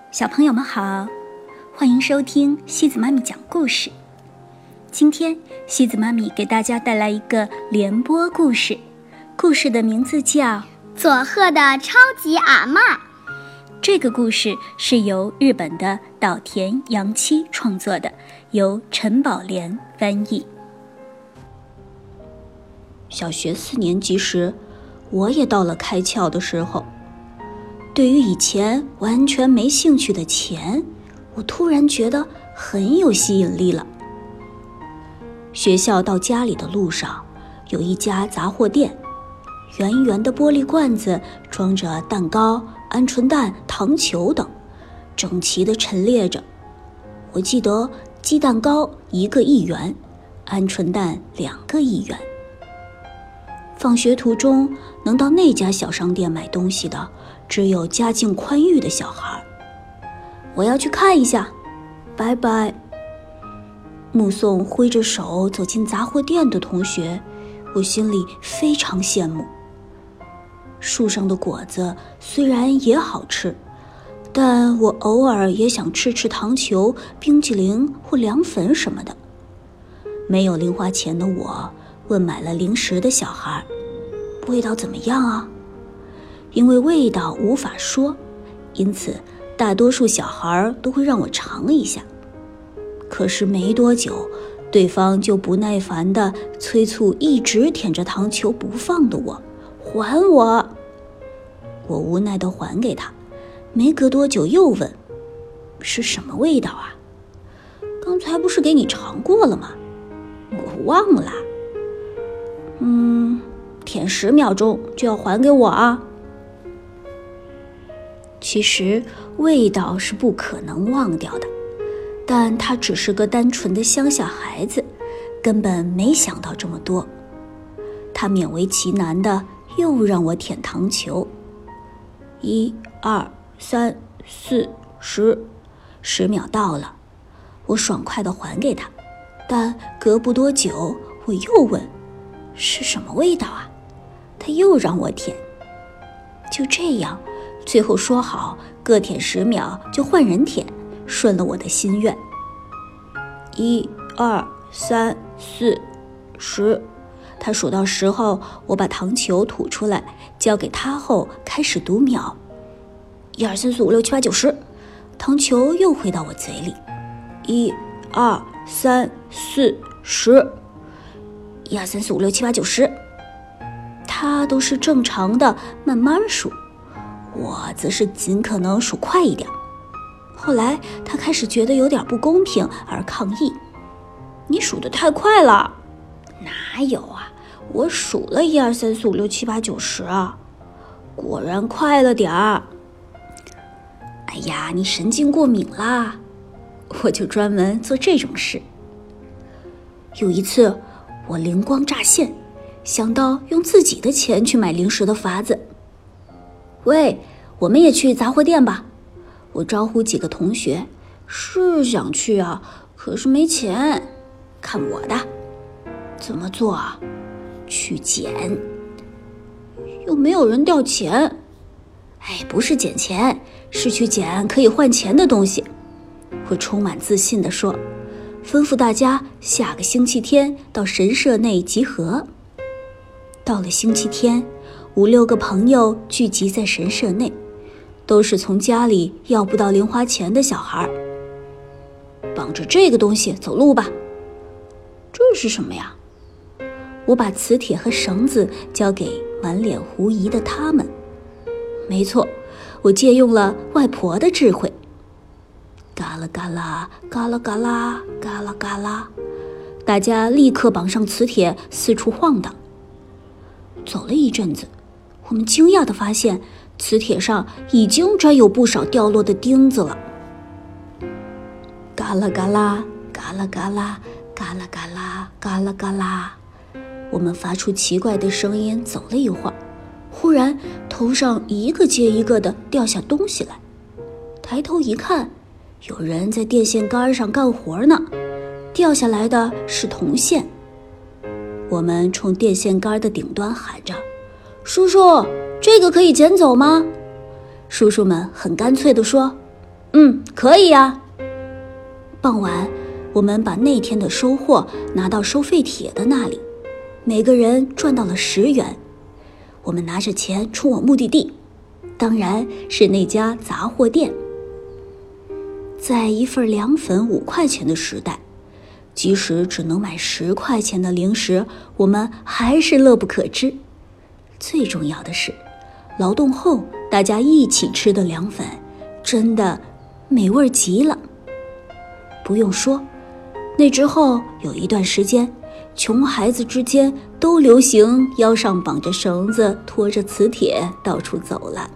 小朋友们好，欢迎收听西子妈咪讲故事。今天西子妈咪给大家带来一个联播故事，故事的名字叫《 佐贺的超级阿嬷》。 这个故事是由日本的岛田洋七创作的，由陈宝莲翻译。 小学4年级时，我也到了开窍的时候。对于以前完全没兴趣的钱，我突然觉得很有吸引力了。学校到家里的路上，有一家杂货店，圆圆的玻璃罐子装着蛋糕、鹌鹑蛋、糖球等，整齐地陈列着。我记得鸡蛋糕1个1元，鹌鹑蛋2个1元。放学途中能到那家小商店买东西的，只有家境宽裕的小孩。我要去看一下，拜拜。目送挥着手走进杂货店的同学，我心里非常羡慕。树上的果子虽然也好吃，但我偶尔也想吃吃糖球、冰淇淋或凉粉什么的。没有零花钱的我问买了零食的小孩，味道怎么样啊？因为味道无法说，因此大多数小孩都会让我尝一下。可是没多久，对方就不耐烦地催促一直舔着糖球不放的我，还我。我无奈地还给他，没隔多久又问，是什么味道啊？刚才不是给你尝过了吗？我忘了。舔10秒钟就要还给我啊。其实味道是不可能忘掉的，但他只是个单纯的乡下孩子，根本没想到这么多。他勉为其难的又让我舔糖球，1、2、3、4、10秒到了，我爽快地还给他，但隔不多久我又问，是什么味道啊？他又让我舔。就这样，最后说好各舔10秒就换人舔，顺了我的心愿。1、2、3、4、10，他数到10后，我把糖球吐出来交给他后开始读秒。1、2、3、4、5、6、7、8、9、10，糖球又回到我嘴里。1、2、3、4、10，1、2、3、4、5、6、7、8、9、10。他都是正常的慢慢数，我则是尽可能数快一点。后来他开始觉得有点不公平而抗议，你数得太快了。哪有啊，我数了1、2、3、4、5、6、7、8、9、10啊，果然快了点儿。哎呀，你神经过敏啦，我就专门做这种事。有一次我灵光乍现，想到用自己的钱去买零食的法子。喂，我们也去杂货店吧。我招呼几个同学，是想去啊，可是没钱。看我的。怎么做啊？去捡。又没有人掉钱。哎，不是捡钱，是去捡可以换钱的东西。我充满自信地说，吩咐大家下个星期天到神社内集合。到了星期天，5、6个朋友聚集在神社内，都是从家里要不到零花钱的小孩。绑着这个东西走路吧。这是什么呀？我把磁铁和绳子交给满脸狐疑的他们。没错，我借用了外婆的智慧。嘎啦嘎啦，嘎啦嘎啦，嘎啦嘎啦，大家立刻绑上磁铁，四处晃荡。走了一阵子，我们惊讶地发现磁铁上已经沾有不少掉落的钉子了。嘎啦嘎啦，嘎啦嘎啦，嘎啦嘎啦，嘎啦嘎啦，我们发出奇怪的声音走了一会儿，忽然头上一个接一个的掉下东西来。抬头一看，有人在电线杆上干活呢，掉下来的是铜线。我们冲电线杆的顶端喊着，叔叔，这个可以捡走吗？叔叔们很干脆地说， 可以呀。傍晚，我们把那天的收获拿到收废铁的那里，每个人赚到了10元。我们拿着钱冲往目的地，当然是那家杂货店。在一份凉粉5块钱的时代，即使只能买10块钱的零食，我们还是乐不可支。最重要的是，劳动后大家一起吃的凉粉真的美味极了。不用说，那之后有一段时间，穷孩子之间都流行腰上绑着绳子，拖着磁铁到处走了。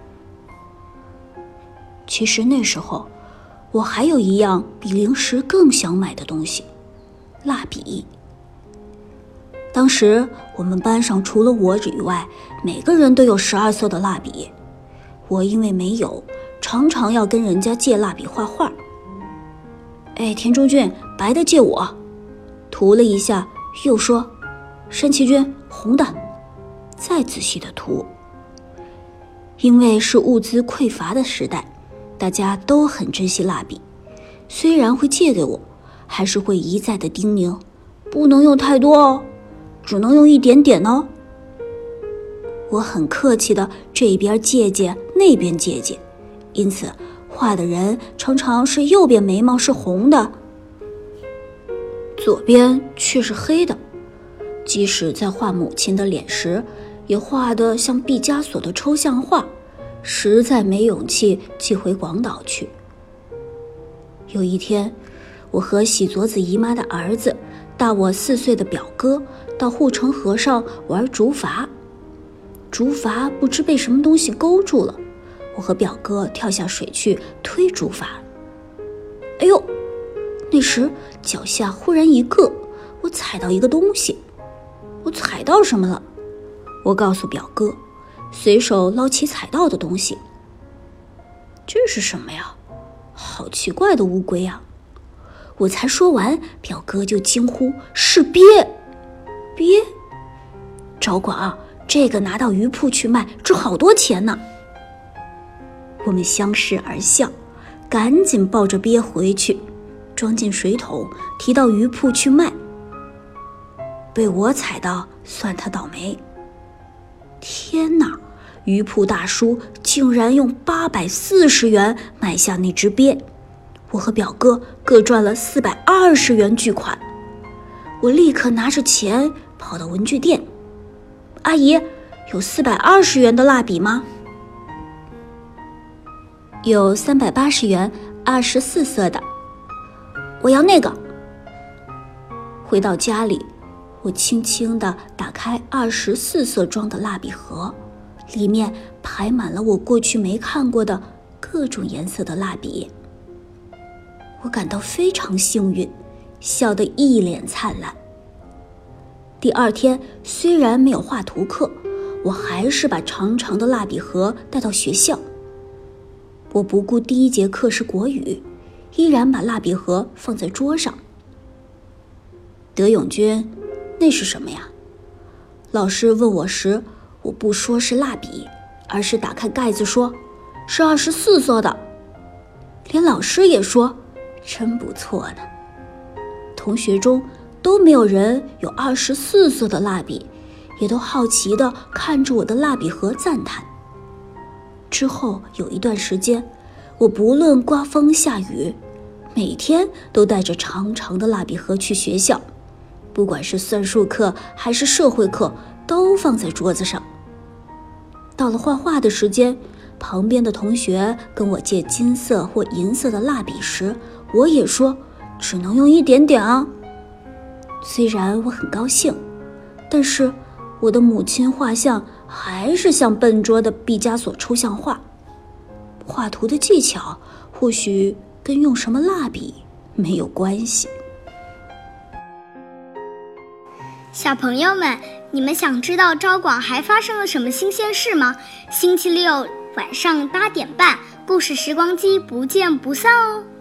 其实那时候我还有一样比零食更想买的东西，蜡笔。当时我们班上除了我以外，每个人都有12色的蜡笔。我因为没有，常常要跟人家借蜡笔画画。田中君，白的借我。涂了一下，又说，山崎君，红的。再仔细的涂。因为是物资匮乏的时代，大家都很珍惜蜡笔，虽然会借给我，还是会一再的叮咛，不能用太多哦，只能用一点点哦。我很客气的这边借借，那边借借，因此画的人常常是右边眉毛是红的，左边却是黑的。即使在画母亲的脸时，也画得像毕加索的抽象画，实在没勇气寄回广岛去。有一天，我和喜佐子姨妈的儿子，大我4岁的表哥到护城河上玩竹筏。竹筏不知被什么东西勾住了，我和表哥跳下水去推竹筏。哎呦！那时脚下忽然一硌，我踩到一个东西。我踩到什么了？我告诉表哥，随手捞起踩到的东西。这是什么呀？好奇怪的乌龟啊！我才说完，表哥就惊呼：是鳖！鳖？找管啊！这个拿到鱼铺去卖，值好多钱呢。我们相视而笑，赶紧抱着鳖回去，装进水桶，提到鱼铺去卖。被我踩到，算他倒霉。天哪！鱼铺大叔竟然用840元买下那只鳖，我和表哥各赚了420元巨款。我立刻拿着钱跑到文具店，阿姨，有420元的蜡笔吗？有380元24色的，我要那个。回到家里，我轻轻地打开24色装的蜡笔盒，里面排满了我过去没看过的各种颜色的蜡笔。我感到非常幸运，笑得一脸灿烂。第二天虽然没有画图课，我还是把长长的蜡笔盒带到学校。我不顾第1节课是国语，依然把蜡笔盒放在桌上。德永君，那是什么呀？老师问我时，我不说是蜡笔，而是打开盖子说，是24色的。连老师也说，真不错呢。同学中都没有人有24色的蜡笔，也都好奇地看着我的蜡笔盒赞叹。之后有一段时间，我不论刮风下雨，每天都带着长长的蜡笔盒去学校，不管是算术课还是社会课，都放在桌子上。到了画画的时间，旁边的同学跟我借金色或银色的蜡笔时，我也说只能用一点点啊。虽然我很高兴，但是我的母亲画像还是像笨拙的毕加索抽象画。画图的技巧或许跟用什么蜡笔没有关系。 小朋友们，你们想知道昭广还发生了什么新鲜事吗？星期六晚上8点半，故事时光机不见不散哦。